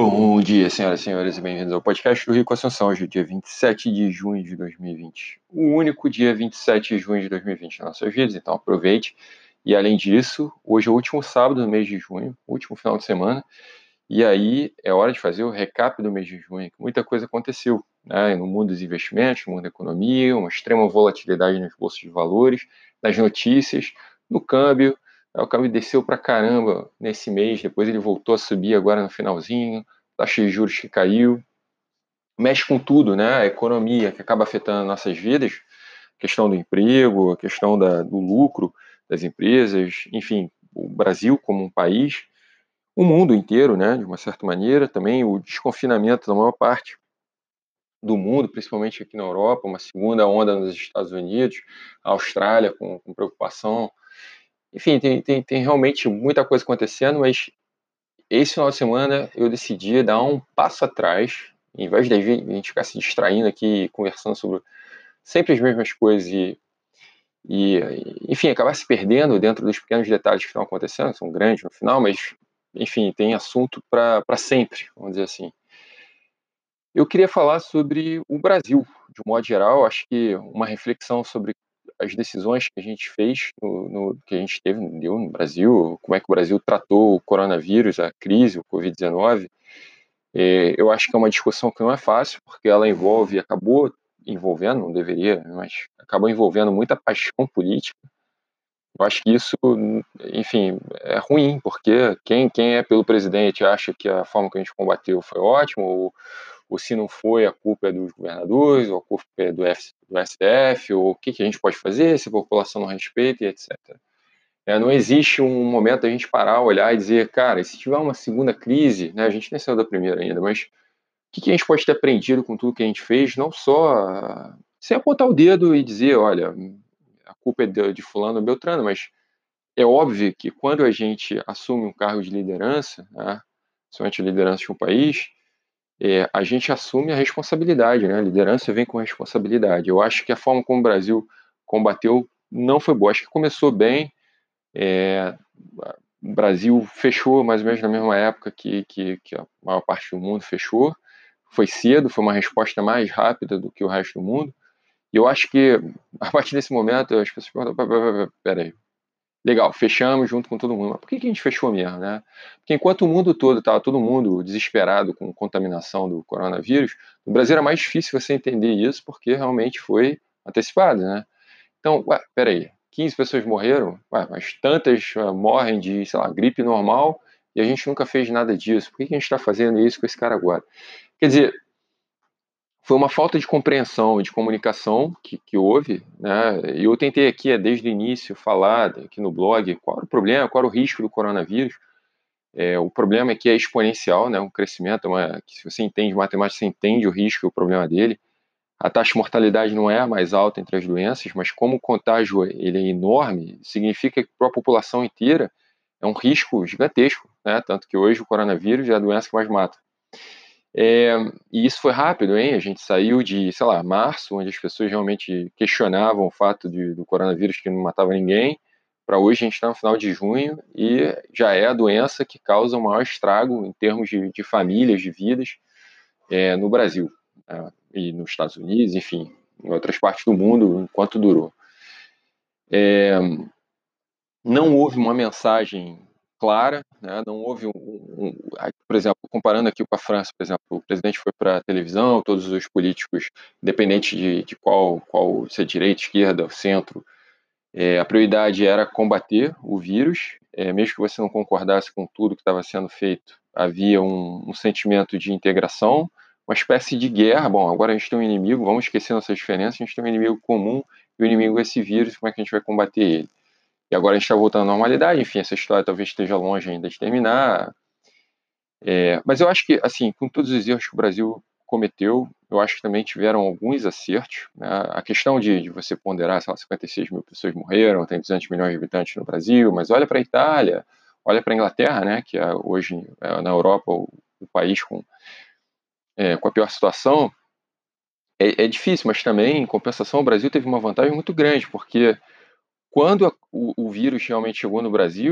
Bom dia, senhoras e senhores, e bem-vindos ao podcast do Rico Assunção, hoje é o dia 27 de junho de 2020. O único dia 27 de junho de 2020 nas nossas vidas, então aproveite. E além disso, hoje é o último sábado do mês de junho, último final de semana, e aí é hora de fazer o recap do mês de junho, que muita coisa aconteceu, né? No mundo dos investimentos, no mundo da economia, uma extrema volatilidade nas bolsas de valores, nas notícias, no câmbio. O câmbio desceu pra caramba nesse mês, depois ele voltou a subir agora no finalzinho, taxa de juros que caiu, mexe com tudo, né? A economia que acaba afetando nossas vidas, a questão do emprego, a questão do lucro das empresas, enfim, o Brasil como um país, o mundo inteiro, né? De uma certa maneira, também o desconfinamento da maior parte do mundo, principalmente aqui na Europa, uma segunda onda nos Estados Unidos, a Austrália com preocupação. Enfim, tem realmente muita coisa acontecendo, mas esse final de semana eu decidi dar um passo atrás, em vez de a gente ficar se distraindo aqui, conversando sobre sempre as mesmas coisas e enfim, acabar se perdendo dentro dos pequenos detalhes que estão acontecendo, são grandes no final, mas, enfim, tem assunto para sempre, vamos dizer assim. Eu queria falar sobre o Brasil, de um modo geral, acho que uma reflexão sobre as decisões que a gente fez, que a gente deu no Brasil, como é que o Brasil tratou o coronavírus, a crise, o Covid-19. Eu acho que é uma discussão que não é fácil, porque ela acabou envolvendo, não deveria, mas acabou envolvendo muita paixão política. Eu acho que isso, enfim, é ruim, porque quem é pelo presidente acha que a forma que a gente combateu foi ótima, ou se não foi, a culpa é dos governadores, ou a culpa é do STF, ou o que a gente pode fazer se a população não respeita, e etc. Não existe um momento da gente parar, olhar e dizer, cara, e se tiver uma segunda crise, né, a gente nem saiu da primeira ainda, mas o que a gente pode ter aprendido com tudo que a gente fez, não só sem apontar o dedo e dizer, olha, a culpa é de fulano ou beltrano, mas é óbvio que quando a gente assume um cargo de liderança, né, principalmente a liderança de um país, a gente assume a responsabilidade, né? A liderança vem com responsabilidade. Eu acho que a forma como o Brasil combateu não foi boa. Acho que começou bem. O Brasil fechou mais ou menos na mesma época que a maior parte do mundo fechou. Foi cedo, foi uma resposta mais rápida do que o resto do mundo. E eu acho que, a partir desse momento, as pessoas perguntam, peraí, legal, fechamos junto com todo mundo. Mas por que a gente fechou mesmo, né? Porque enquanto o mundo todo estava todo mundo desesperado com contaminação do coronavírus, no Brasil era mais difícil você entender isso porque realmente foi antecipado, né? Então, peraí, 15 pessoas morreram, mas tantas morrem de, sei lá, gripe normal e a gente nunca fez nada disso. Por que a gente está fazendo isso com esse cara agora? Quer dizer, foi uma falta de compreensão e de comunicação que houve, né? E eu tentei aqui, desde o início, falar aqui no blog qual era o problema, qual era o risco do coronavírus. O problema é que é exponencial, né? Um crescimento, que se você entende matemática, você entende o risco e o problema dele. A taxa de mortalidade não é a mais alta entre as doenças, mas como o contágio ele é enorme, significa que para a população inteira é um risco gigantesco, né? Tanto que hoje o coronavírus é a doença que mais mata. E isso foi rápido, hein? A gente saiu de, sei lá, março, onde as pessoas realmente questionavam o fato do coronavírus que não matava ninguém, para hoje a gente está no final de junho e já é a doença que causa o maior estrago em termos de famílias, de vidas, no Brasil, e nos Estados Unidos, enfim, em outras partes do mundo, enquanto durou. Não houve uma mensagem clara, né? Não houve por exemplo, comparando aqui com a França, por exemplo, o presidente foi para a televisão, todos os políticos, independente de qual se é direita, esquerda, centro, a prioridade era combater o vírus, mesmo que você não concordasse com tudo que estava sendo feito, havia um sentimento de integração, uma espécie de guerra. Bom, agora a gente tem um inimigo, vamos esquecer nossas diferenças, a gente tem um inimigo comum, e o inimigo é esse vírus, como é que a gente vai combater ele? E agora a gente está voltando à normalidade, enfim, essa história talvez esteja longe ainda de terminar. Mas eu acho que, assim, com todos os erros que o Brasil cometeu, eu acho que também tiveram alguns acertos, né? A questão de você ponderar, sei lá, 56 mil pessoas morreram, tem 200 milhões de habitantes no Brasil, mas olha para a Itália, olha para a Inglaterra, né, que é hoje na Europa o país com a pior situação. É difícil, mas também, em compensação, o Brasil teve uma vantagem muito grande, porque quando o vírus realmente chegou no Brasil,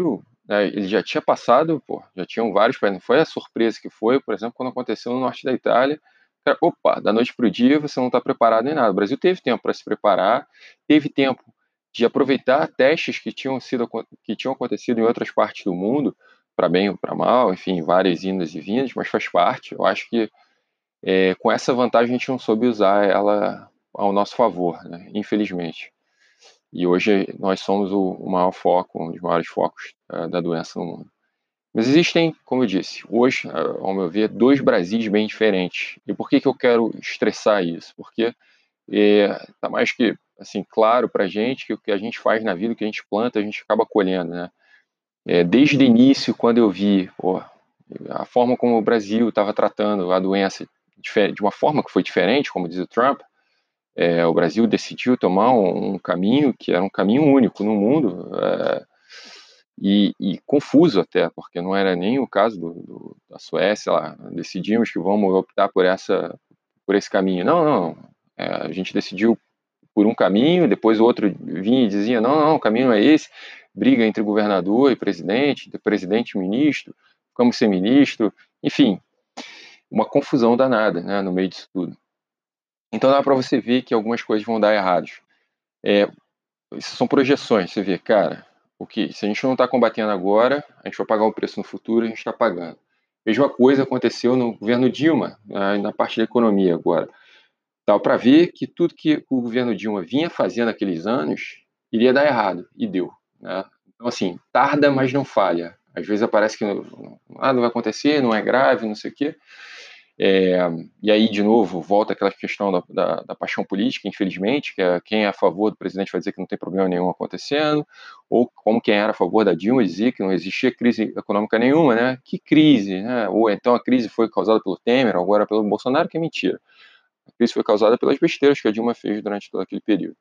né, ele já tinha passado, pô, já tinham vários países, não foi a surpresa que foi, por exemplo, quando aconteceu no norte da Itália, cara, opa, da noite para o dia você não está preparado nem nada. O Brasil teve tempo para se preparar, teve tempo de aproveitar testes que tinham acontecido em outras partes do mundo, para bem ou para mal, enfim, várias indas e vindas, mas faz parte. Eu acho que com essa vantagem a gente não soube usar ela ao nosso favor, né, infelizmente. E hoje nós somos o maior foco, um dos maiores focos da doença no mundo. Mas existem, como eu disse, hoje, ao meu ver, dois Brasis bem diferentes. E por que que eu quero estressar isso? Porque tá mais que assim claro para a gente que o que a gente faz na vida, o que a gente planta, a gente acaba colhendo, né? Desde o início, quando eu vi a forma como o Brasil estava tratando a doença de uma forma que foi diferente, como diz o Trump, o Brasil decidiu tomar um caminho que era um caminho único no mundo, e confuso até, porque não era nem o caso da Suécia, lá, decidimos que vamos optar por esse caminho. Não, não, a gente decidiu por um caminho, depois o outro vinha e dizia, não, não, o caminho não é esse, briga entre governador e presidente, entre presidente e ministro, ficamos sem ministro, enfim, uma confusão danada, né, no meio disso tudo. Então dá para você ver que algumas coisas vão dar errados. Isso são projeções, você vê, cara, se a gente não está combatendo agora, a gente vai pagar o preço no futuro, a gente está pagando. Mesma coisa aconteceu no governo Dilma, na parte da economia agora. Dá para ver que tudo que o governo Dilma vinha fazendo naqueles anos iria dar errado, e deu, né? Então, assim, tarda, mas não falha. Às vezes parece que nada vai acontecer, não é grave, não sei o quê. E aí, de novo, volta aquela questão da paixão política, infelizmente, que quem é a favor do presidente vai dizer que não tem problema nenhum acontecendo, ou como quem era a favor da Dilma dizia que não existia crise econômica nenhuma, né? Que crise, né? Ou então a crise foi causada pelo Temer, agora pelo Bolsonaro, que é mentira. A crise foi causada pelas besteiras que a Dilma fez durante todo aquele período.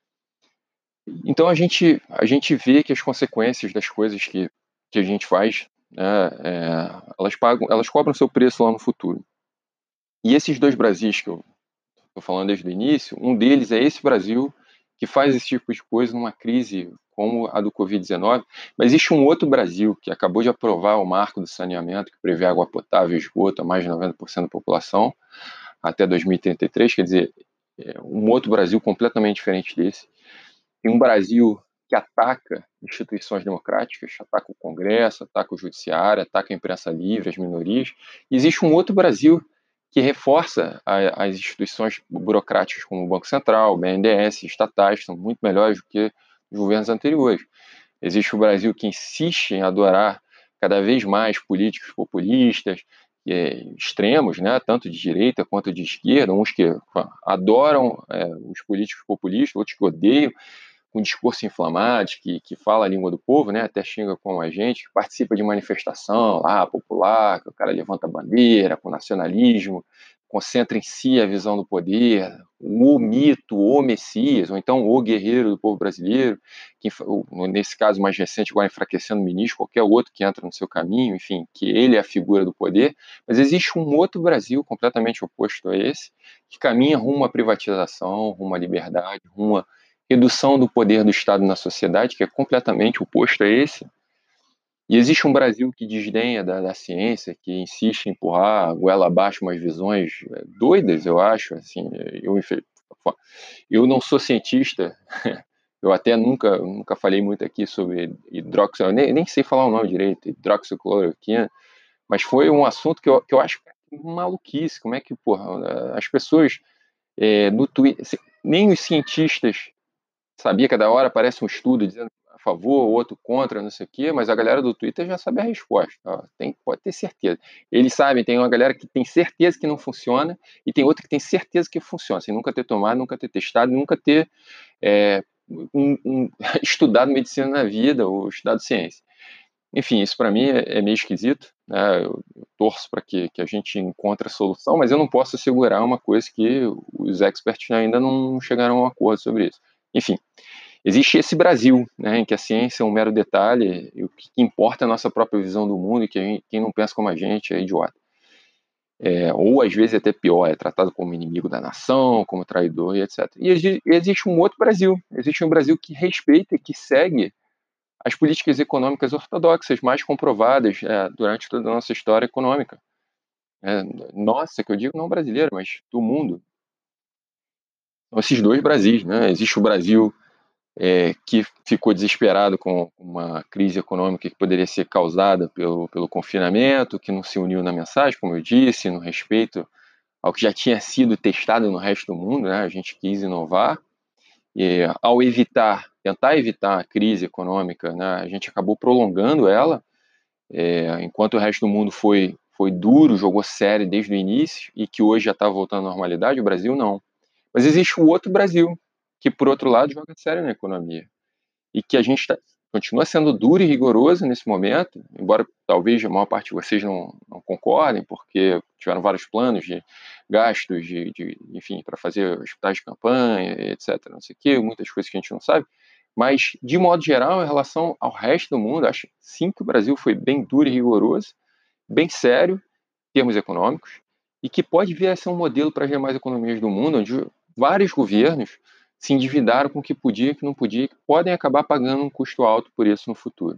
Então a gente vê que as consequências das coisas que a gente faz, né, elas cobram seu preço lá no futuro. E esses dois Brasis que eu estou falando desde o início, um deles é esse Brasil que faz esse tipo de coisa numa crise como a do Covid-19, mas existe um outro Brasil que acabou de aprovar o marco do saneamento, que prevê água potável e esgoto a mais de 90% da população até 2033, quer dizer, um outro Brasil completamente diferente desse. Tem um Brasil que ataca instituições democráticas, ataca o Congresso, ataca o Judiciário, ataca a imprensa livre, as minorias. E existe um outro Brasil que reforça as instituições burocráticas como o Banco Central, o BNDES, estatais, que são muito melhores do que os governos anteriores. Existe o Brasil que insiste em adorar cada vez mais políticos populistas, extremos, né, tanto de direita quanto de esquerda, uns que adoram os políticos populistas, outros que odeiam, com discurso inflamado, que fala a língua do povo, né, até xinga como a gente, que participa de manifestação lá, popular, que o cara levanta a bandeira, com nacionalismo, concentra em si a visão do poder, o mito, o Messias, ou então o guerreiro do povo brasileiro, que nesse caso mais recente, agora enfraquecendo o ministro, qualquer outro que entra no seu caminho, enfim, que ele é a figura do poder, mas existe um outro Brasil completamente oposto a esse, que caminha rumo à privatização, rumo à liberdade, rumo à redução do poder do Estado na sociedade, que é completamente oposto a esse. E existe um Brasil que desdenha da ciência, que insiste em empurrar goela abaixo umas visões doidas, eu acho. Assim, eu não sou cientista, eu até nunca falei muito aqui sobre hidroxil, nem sei falar o nome direito, hidroxicloroquina, mas foi um assunto que eu acho maluquice. Como é que, porra, as pessoas no Twitter, assim, nem os cientistas sabia, cada hora aparece um estudo dizendo a favor, outro contra, não sei o quê, mas a galera do Twitter já sabe a resposta. Ó, pode ter certeza. Eles sabem, tem uma galera que tem certeza que não funciona e tem outra que tem certeza que funciona, sem nunca ter tomado, nunca ter testado, nunca ter é, estudado medicina na vida ou estudado ciência. Enfim, isso para mim é meio esquisito, né? Eu torço para que a gente encontre a solução, mas eu não posso assegurar uma coisa que os experts ainda não chegaram a um acordo sobre isso. Enfim, existe esse Brasil, né, em que a ciência é um mero detalhe e o que importa é a nossa própria visão do mundo e quem não pensa como a gente é idiota. Ou às vezes até pior, é tratado como inimigo da nação, como traidor e etc. E existe um outro Brasil, existe um Brasil que respeita e que segue as políticas econômicas ortodoxas mais comprovadas durante toda a nossa história econômica. Nossa, que eu digo não brasileira, mas do mundo. São esses dois Brasis, né? Existe o Brasil que ficou desesperado com uma crise econômica que poderia ser causada pelo confinamento, que não se uniu na mensagem, como eu disse, no respeito ao que já tinha sido testado no resto do mundo, né? A gente quis inovar, e ao tentar evitar a crise econômica, né, a gente acabou prolongando ela, enquanto o resto do mundo foi duro, jogou sério desde o início, e que hoje já está voltando à normalidade, o Brasil não. Mas existe o outro Brasil, que por outro lado joga sério na economia, e que a gente continua sendo duro e rigoroso nesse momento, embora talvez a maior parte de vocês não concordem, porque tiveram vários planos de gastos, enfim, para fazer hospitais de campanha, etc. Não sei o quê, muitas coisas que a gente não sabe, mas, de modo geral, em relação ao resto do mundo, acho sim que o Brasil foi bem duro e rigoroso, bem sério, em termos econômicos, e que pode vir a ser um modelo para as demais economias do mundo, onde vários governos se endividaram com o que podia e o que não podia, que podem acabar pagando um custo alto por isso no futuro.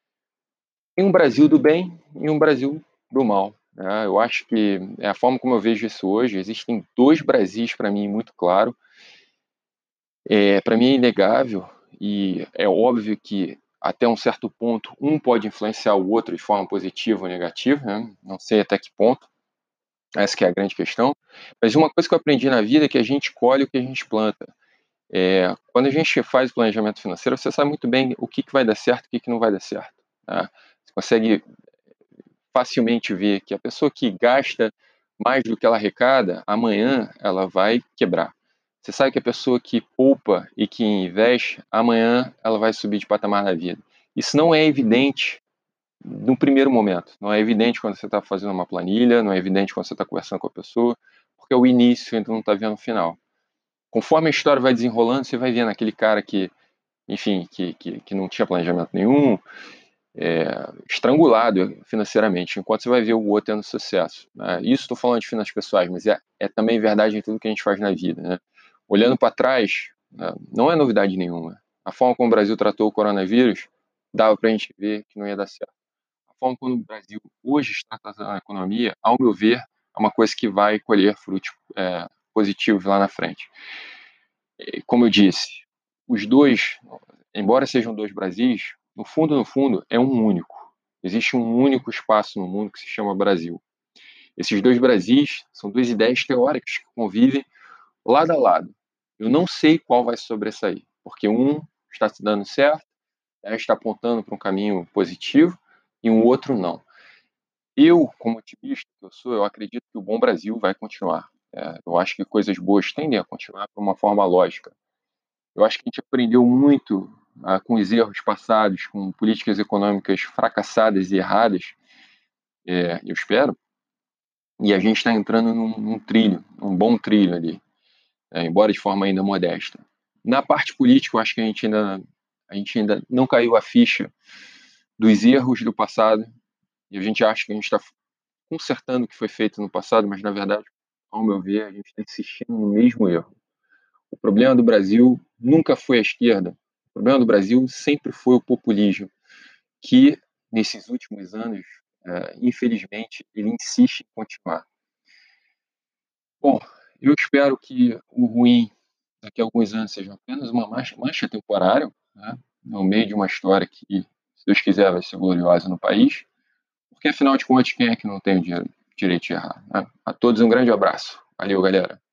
Tem um Brasil do bem e um Brasil do mal. Né? Eu acho que é a forma como eu vejo isso hoje. Existem dois Brasis para mim muito claro. Para mim é inegável e é óbvio que até um certo ponto um pode influenciar o outro de forma positiva ou negativa, né? Não sei até que ponto. Essa que é a grande questão. Mas uma coisa que eu aprendi na vida é que a gente colhe o que a gente planta. Quando a gente faz o planejamento financeiro, você sabe muito bem o que vai dar certo e o que não vai dar certo. Tá? Você consegue facilmente ver que a pessoa que gasta mais do que ela arrecada, amanhã ela vai quebrar. Você sabe que a pessoa que poupa e que investe, amanhã ela vai subir de patamar na vida. Isso não é evidente no primeiro momento. Não é evidente quando você está fazendo uma planilha, não é evidente quando você está conversando com a pessoa, porque é o início, então não está vendo o final. Conforme a história vai desenrolando, você vai vendo aquele cara que, enfim, que não tinha planejamento nenhum, estrangulado financeiramente, enquanto você vai ver o outro tendo sucesso. Né? Isso estou falando de finanças pessoais, mas é também verdade em tudo que a gente faz na vida. Né? Olhando para trás, não é novidade nenhuma. A forma como o Brasil tratou o coronavírus dava para a gente ver que não ia dar certo. A forma como o Brasil hoje está tratando a economia, ao meu ver, é uma coisa que vai colher frutos positivos lá na frente. Como eu disse, os dois, embora sejam dois Brasis, no fundo, é um único. Existe um único espaço no mundo que se chama Brasil. Esses dois Brasis são duas ideias teóricas que convivem lado a lado. Eu não sei qual vai sobressair, porque um está se dando certo, está apontando para um caminho positivo, e um outro não. Eu, como otimista que eu sou, eu acredito que o bom Brasil vai continuar. Eu acho que coisas boas tendem a continuar por uma forma lógica. Eu acho que a gente aprendeu muito com os erros passados, com políticas econômicas fracassadas e erradas, eu espero, e a gente está entrando num trilho, um bom trilho ali, embora de forma ainda modesta. Na parte política, eu acho que a gente ainda não caiu a ficha dos erros do passado, e a gente acha que a gente está consertando o que foi feito no passado, mas na verdade, ao meu ver, a gente está insistindo no mesmo erro. O problema do Brasil nunca foi a esquerda. O problema do Brasil sempre foi o populismo, que nesses últimos anos, infelizmente, ele insiste em continuar. Bom, eu espero que o ruim daqui a alguns anos seja apenas uma mancha temporária, né, no meio de uma história que, se Deus quiser, vai ser gloriosa no país, porque afinal de contas, quem é que não tem o direito de errar? Né? A todos um grande abraço. Valeu, galera.